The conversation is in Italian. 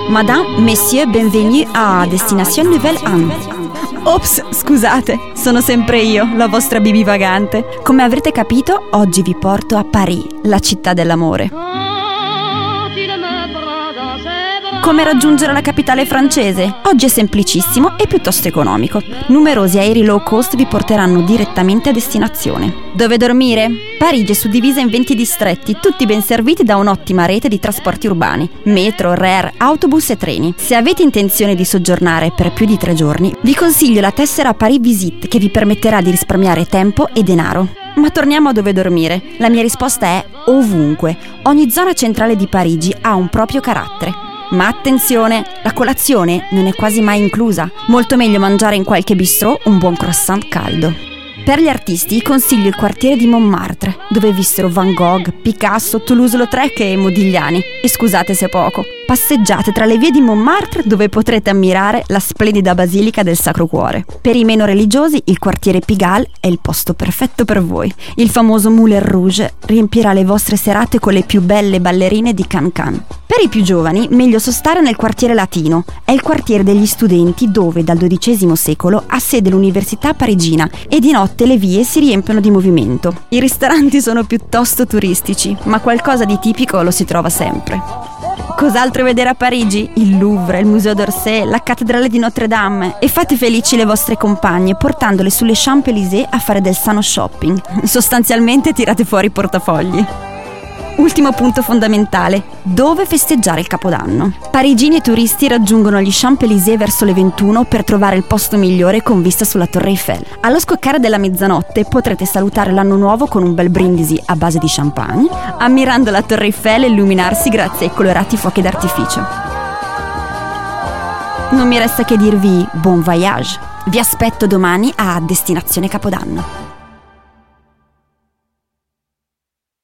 Madame, Messieurs, bienvenue a Destination Nouvelle An. Ops, scusate, sono sempre io, la vostra Bibi vagante. Come avrete capito, oggi vi porto a Paris, la città dell'amore. Come raggiungere la capitale francese? Oggi è semplicissimo e piuttosto economico. Numerosi aerei low cost vi porteranno direttamente a destinazione. Dove dormire? Parigi è suddivisa in 20 distretti, tutti ben serviti da un'ottima rete di trasporti urbani, metro, RER, autobus e treni. Se avete intenzione di soggiornare per più di 3 giorni, vi consiglio la tessera Paris Visit, che vi permetterà di risparmiare tempo e denaro. Ma torniamo a dove dormire. La mia risposta è ovunque. Ogni zona centrale di Parigi ha un proprio carattere. Ma attenzione, la colazione non è quasi mai inclusa. Molto meglio mangiare in qualche bistrot un buon croissant caldo. Per gli artisti consiglio il quartiere di Montmartre, dove vissero Van Gogh, Picasso, Toulouse-Lautrec e Modigliani. E scusate se è poco, passeggiate tra le vie di Montmartre, dove potrete ammirare la splendida basilica del Sacro Cuore. Per i meno religiosi il quartiere Pigalle è il posto perfetto per voi. Il famoso Moulin Rouge riempirà le vostre serate con le più belle ballerine di Cancan. Per i più giovani, meglio sostare nel quartiere latino. È il quartiere degli studenti dove dal XII secolo ha sede l'università parigina e di notte le vie si riempiono di movimento. I ristoranti sono piuttosto turistici, ma qualcosa di tipico lo si trova sempre. Cos'altro vedere a Parigi? Il Louvre, il Museo d'Orsay, la cattedrale di Notre Dame. E fate felici le vostre compagne portandole sulle Champs-Élysées a fare del sano shopping. Sostanzialmente tirate fuori i portafogli. Ultimo punto fondamentale, dove festeggiare il Capodanno? Parigini e turisti raggiungono gli Champs-Élysées verso le 21 per trovare il posto migliore con vista sulla Torre Eiffel. Allo scoccare della mezzanotte potrete salutare l'anno nuovo con un bel brindisi a base di champagne, ammirando la Torre Eiffel illuminarsi grazie ai colorati fuochi d'artificio. Non mi resta che dirvi buon voyage. Vi aspetto domani a Destinazione Capodanno.